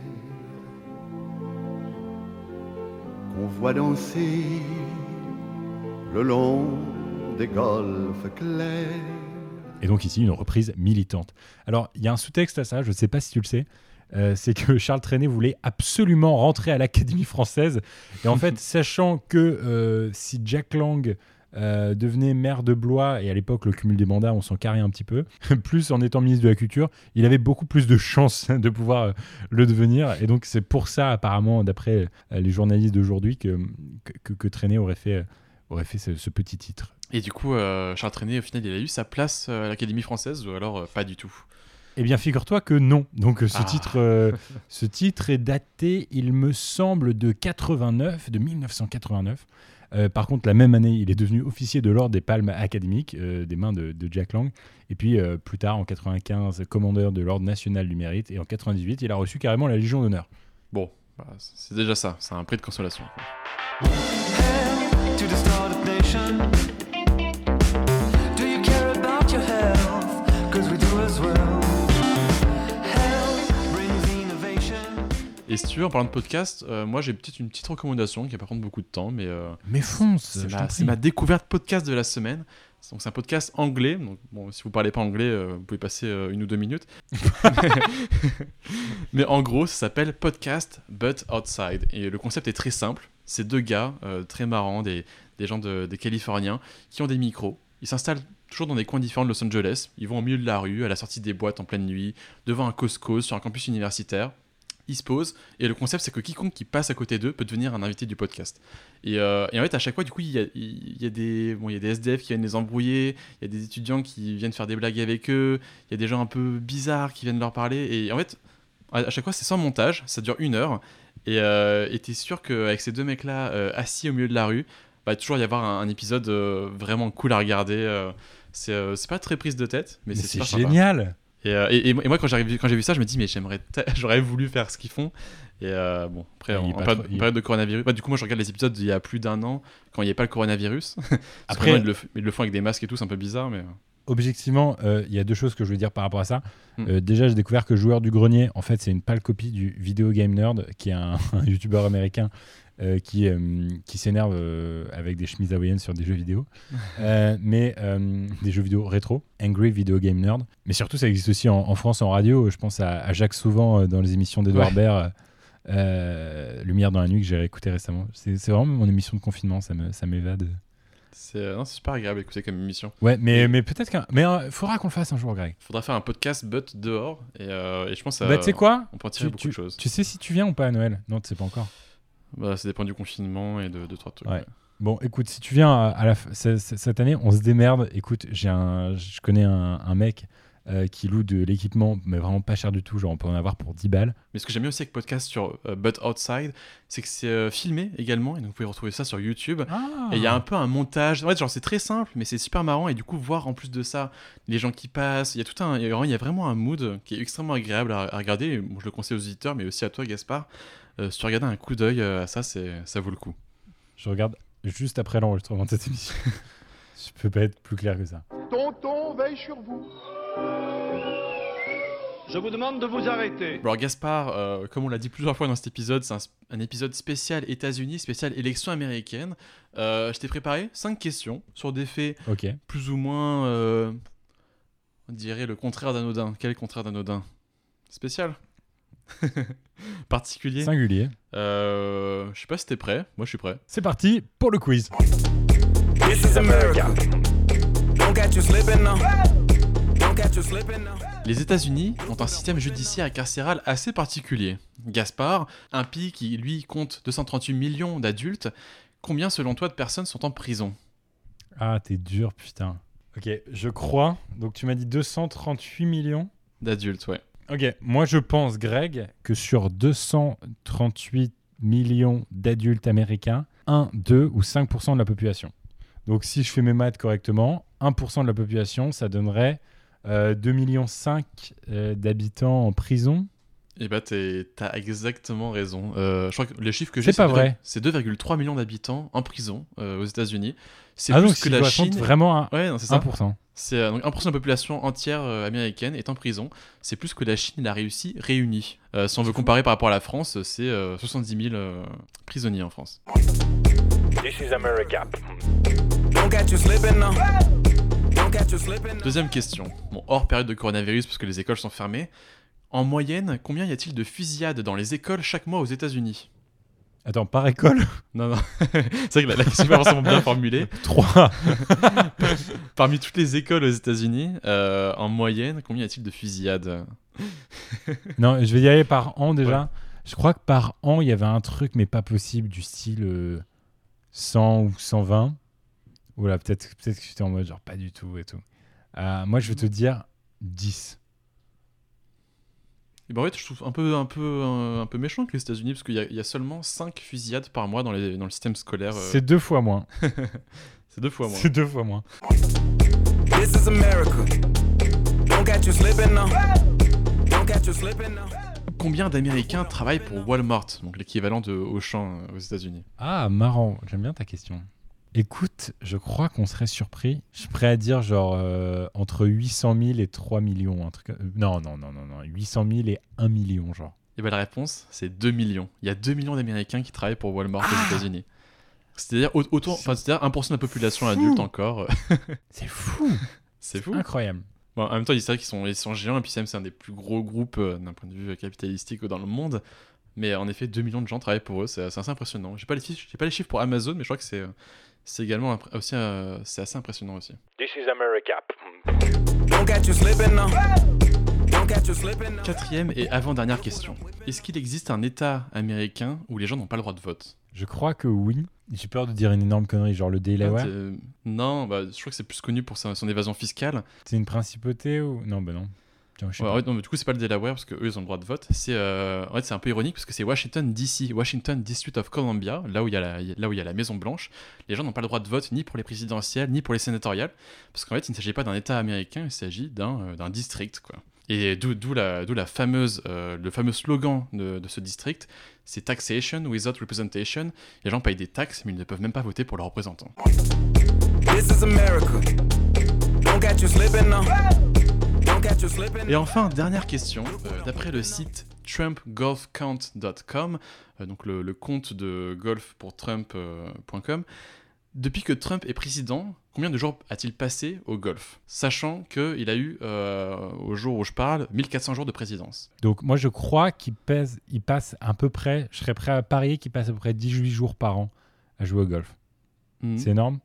qu'on voit danser le long des golfes clairs. Et donc ici, une reprise militante. Alors, il y a un sous-texte à ça, je ne sais pas si tu le sais, c'est que Charles Trenet voulait absolument rentrer à l'Académie française. Et en fait, sachant que si Jack Lang devenait maire de Blois, et à l'époque, le cumul des mandats, on s'en carrait un petit peu, plus en étant ministre de la Culture, il avait beaucoup plus de chances de pouvoir le devenir. Et donc, c'est pour ça, apparemment, d'après les journalistes d'aujourd'hui, que Trenet aurait fait ce petit titre. Et du coup, Charles Trenet, au final, il a eu sa place à l'Académie française, ou alors pas du tout ? Eh bien, figure-toi que non. Donc, ce titre est daté, il me semble, de 1989. Par contre, la même année, il est devenu officier de l'Ordre des Palmes académiques, des mains de Jack Lang. Et puis, plus tard, en 95, commandeur de l'Ordre national du mérite. Et en 98, il a reçu carrément la Légion d'honneur. Bon, c'est déjà ça. C'est un prix de consolation. Et si tu veux, en parlant de podcast, moi j'ai peut-être une petite recommandation qui va pas prendre beaucoup de temps, mais fonce, c'est ma découverte podcast de la semaine. Donc c'est un podcast anglais. Donc, bon, si vous parlez pas anglais, vous pouvez passer 1 ou 2 minutes. Mais en gros, ça s'appelle Podcast But Outside. Et le concept est très simple. C'est 2 gars très marrants, des gens des Californiens, qui ont des micros. Ils s'installent toujours dans des coins différents de Los Angeles. Ils vont au milieu de la rue, à la sortie des boîtes en pleine nuit, devant un Costco, sur un campus universitaire. Ils se posent, et le concept c'est que quiconque qui passe à côté d'eux peut devenir un invité du podcast. Et en fait à chaque fois du coup il y a des SDF qui viennent les embrouiller, il y a des étudiants qui viennent faire des blagues avec eux, il y a des gens un peu bizarres qui viennent leur parler, et en fait à chaque fois c'est sans montage, ça dure 1 heure, et t'es sûr qu'avec ces 2 mecs là assis au milieu de la rue, va toujours y avoir un épisode vraiment cool à regarder. C'est pas très prise de tête, mais c'est super génial sympa. Et moi quand j'ai vu ça, je me dis mais j'aurais voulu faire ce qu'ils font. Et bon, après en période de coronavirus, du coup moi je regarde les épisodes d'il y a plus d'1 an quand il n'y avait pas le coronavirus. Après ils le font avec des masques et tout, c'est un peu bizarre, mais objectivement, il y a 2 choses que je veux dire par rapport à ça. Déjà, j'ai découvert que Joueur du Grenier, en fait, c'est une pâle copie du Video Game Nerd, qui est un youtubeur américain qui s'énerve avec des chemises hawaïennes sur des jeux vidéo, mais des jeux vidéo rétro, Angry Video Game Nerd. Mais surtout, ça existe aussi en France, en radio. Je pense à Jacques Sauvant dans les émissions d'Edouard Baird, Lumière dans la nuit, que j'ai réécouté récemment. C'est vraiment mon émission de confinement, ça m'évade. C'est super agréable d'écouter comme émission. Ouais, mais peut-être faudra qu'on le fasse un jour, Greg. Faudra faire un podcast but dehors, et je pense tu sais quoi, on peut en tirer beaucoup de choses. Tu sais si tu viens ou pas à Noël? Non, tu sais pas encore. Ça dépend du confinement et de 3 trucs. Ouais. Bon, écoute, si tu viens cette année, on se démerde. Écoute, je connais un mec qui loue de l'équipement, mais vraiment pas cher du tout. Genre, on peut en avoir pour 10 balles. Mais ce que j'aime bien aussi avec podcast sur But Outside, c'est que c'est filmé également. Et donc, vous pouvez retrouver ça sur YouTube. Et il y a un peu un montage. En fait, genre, c'est très simple, mais c'est super marrant. Et du coup, voir en plus de ça, les gens qui passent, il y a vraiment un mood qui est extrêmement agréable à regarder. Et, bon, je le conseille aux auditeurs, mais aussi à toi, Gaspard. Si tu regardes un coup d'œil à ça, ça vaut le coup. Je regarde juste après l'enregistrement de cette émission. Je peux pas être plus clair que ça. Tonton veille sur vous. Je vous demande de vous arrêter. Alors Gaspard, comme on l'a dit plusieurs fois dans cet épisode, c'est un épisode spécial États-Unis, spécial élection américaine. Je t'ai préparé 5 questions sur des faits plus ou moins, on dirait le contraire d'anodin. Quel est le contraire d'anodin? Spécial. Particulier. Singulier. Je sais pas si t'es prêt. Moi je suis prêt. C'est parti pour le quiz. This is America. Don't catch you slipping now. Don't catch you slipping now. Les États-Unis ont un système judiciaire carcéral assez particulier. Gaspard, un pays qui lui compte 238 millions d'adultes, combien selon toi de personnes sont en prison? Ah, t'es dur, putain. Ok, je crois. Donc tu m'as dit 238 millions d'adultes, ouais. Ok, moi je pense, Greg, que sur 238 millions d'adultes américains, 1, 2 ou 5% de la population. Donc si je fais mes maths correctement, 1% de la population, ça donnerait 2,5 millions d'habitants en prison. Eh bah t'as exactement raison. Je crois que les chiffres que j'ai, c'est pas vrai. C'est 2,3 millions d'habitants en prison aux États-Unis. C'est plus donc que la Chine. Vraiment ouais, non, c'est ça. 1%. C'est donc 1% de la population entière américaine est en prison. C'est plus que la Chine a réussi réunie. Si on veut comparer par rapport à la France, c'est 70 000 prisonniers en France. This is America. Don't catch you slipping now. Deuxième question. Bon, hors période de coronavirus parce que les écoles sont fermées. En moyenne, combien y a-t-il de fusillades dans les écoles chaque mois aux États-Unis? Attends, par école? Non. C'est vrai que la question est pas forcément bien formulée. 3. Parmi toutes les écoles aux États-Unis, en moyenne, combien y a-t-il de fusillades? Non, je vais y aller par an déjà. Ouais. Je crois que par an, il y avait un truc, mais pas possible, du style 100 ou 120. Ou là, peut-être que j'étais en mode genre pas du tout et tout. Moi, je vais te dire 10. Et ben en fait, je trouve un peu méchant que les États-Unis, parce qu'il y a seulement 5 fusillades par mois dans le système scolaire. C'est 2 fois moins. C'est 2 fois moins. C'est 2 fois moins. This is America. Don't catch you slipping now. Don't catch you slipping now. Combien d'Américains travaillent pour Walmart, donc l'équivalent de Auchan aux États-Unis? Ah, marrant. J'aime bien ta question. Écoute, je crois qu'on serait surpris. Je suis prêt à dire genre entre 800 000 et 3 millions. Un truc... Non. 800 000 et 1 million, genre. Et ben la réponse, c'est 2 millions. Il y a 2 millions d'Américains qui travaillent pour Walmart aux États-Unis. C'est-à-dire c'est-à-dire 1% de la population adulte encore. C'est fou. C'est fou. Incroyable. Bon, en même temps, c'est vrai qu'ils sont géants, et puis c'est un des plus gros groupes d'un point de vue capitalistique dans le monde. Mais en effet, 2 millions de gens travaillent pour eux, c'est assez impressionnant. J'ai pas les chiffres pour Amazon, mais je crois que c'est également aussi c'est assez impressionnant aussi. This is America. Don't catch you slipping now. Don't catch you slipping now. Quatrième et avant-dernière question. Est-ce qu'il existe un État américain où les gens n'ont pas le droit de vote ? Je crois que oui. J'ai peur de dire une énorme connerie, genre le Delaware. Non, je crois que c'est plus connu pour son évasion fiscale. C'est une principauté ou... Non, non. Tiens, non, mais du coup, c'est pas le Delaware parce qu'eux, ils ont le droit de vote. C'est un peu ironique parce que c'est Washington DC, Washington District of Columbia, là où il y a la Maison Blanche. Les gens n'ont pas le droit de vote ni pour les présidentielles ni pour les sénatoriales parce qu'en fait, il ne s'agit pas d'un État américain, il s'agit d'un district, quoi. Et d'où le fameux slogan de ce district, c'est Taxation without representation. Les gens payent des taxes, mais ils ne peuvent même pas voter pour leurs représentants. This is America. Don't catch you slipping now. Et enfin, dernière question, d'après le site trumpgolfcount.com, donc le compte de golf pour Trump.com, depuis que Trump est président, combien de jours a-t-il passé au golf ? Sachant qu'il a eu, au jour où je parle, 1400 jours de présidence. Donc moi je crois qu'il passe à peu près, je serais prêt à parier qu'il passe à peu près 18 jours par an à jouer au golf. C'est énorme.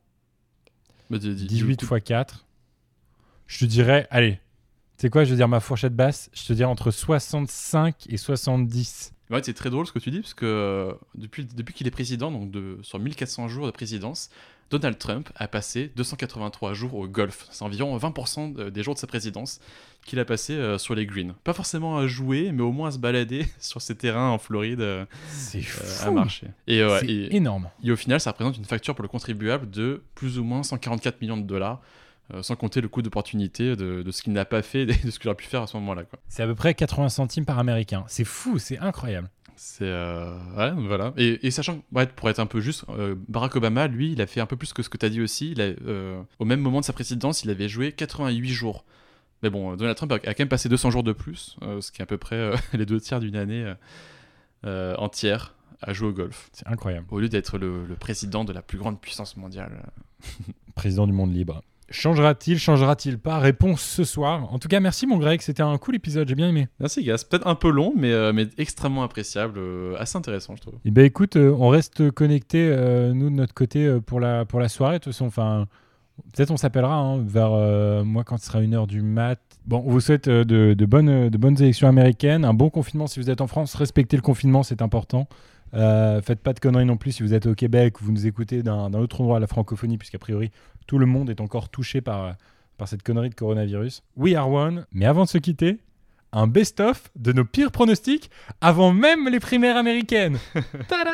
18 x 4. Je te dirais, allez, tu sais quoi, je veux dire ma fourchette basse, je te dirais entre 65 et 70. Ouais, c'est très drôle ce que tu dis, parce que depuis qu'il est président, donc sur 1400 jours de présidence, Donald Trump a passé 283 jours au golf. C'est environ 20% des jours de sa présidence qu'il a passé sur les greens. Pas forcément à jouer, mais au moins à se balader sur ces terrains en Floride à marcher. C'est énorme. Et au final, ça représente une facture pour le contribuable de plus ou moins 144 millions de dollars. Sans compter le coût d'opportunité de ce qu'il n'a pas fait et de ce qu'il aurait pu faire à ce moment-là, quoi. C'est à peu près 80 centimes par américain. C'est fou, c'est incroyable. C'est ouais, voilà. Et sachant que, pour être un peu juste, Barack Obama, lui, il a fait un peu plus que ce que tu as dit aussi. Au même moment de sa présidence, il avait joué 88 jours. Mais bon, Donald Trump a quand même passé 200 jours de plus, ce qui est à peu près les 2/3 d'une année entière à jouer au golf. C'est incroyable. Au lieu d'être le président de la plus grande puissance mondiale. Président du monde libre. Changera-t-il pas ? Réponse ce soir. En tout cas, merci mon Greg, c'était un cool épisode, j'ai bien aimé. Merci gars, c'est peut-être un peu long, mais extrêmement appréciable, assez intéressant je trouve. Et ben écoute, on reste connectés, nous de notre côté, pour la soirée. De toute façon, enfin, peut-être on s'appellera vers moi quand ce sera 1h du mat. Bon, on vous souhaite de bonnes élections américaines, un bon confinement si vous êtes en France, respectez le confinement, c'est important. Faites pas de conneries non plus si vous êtes au Québec ou vous nous écoutez d'un autre endroit à la francophonie, puisqu'a priori tout le monde est encore touché par cette connerie de coronavirus. We are one. Mais avant de se quitter, un best-of de nos pires pronostics avant même les primaires américaines. Tada.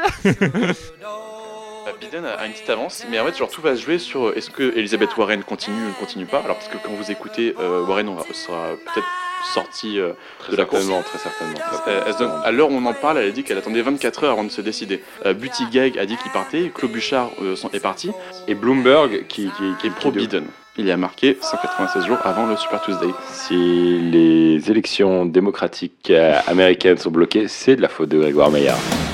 Biden a une petite avance, mais en fait genre tout va se jouer sur est-ce que Elizabeth Warren continue ou ne continue pas. Alors parce que quand vous écoutez, Warren sera peut-être sortie de la course. Très certainement. À l'heure où on en parle, elle a dit qu'elle attendait 24 heures avant de se décider. Buttigieg a dit qu'il partait, Claude Bouchard est parti, Et Bloomberg qui est pro-Biden. Il y a marqué 196 jours avant le Super Tuesday. Si les élections démocratiques américaines sont bloquées, c'est de la faute de Grégoire Maillard.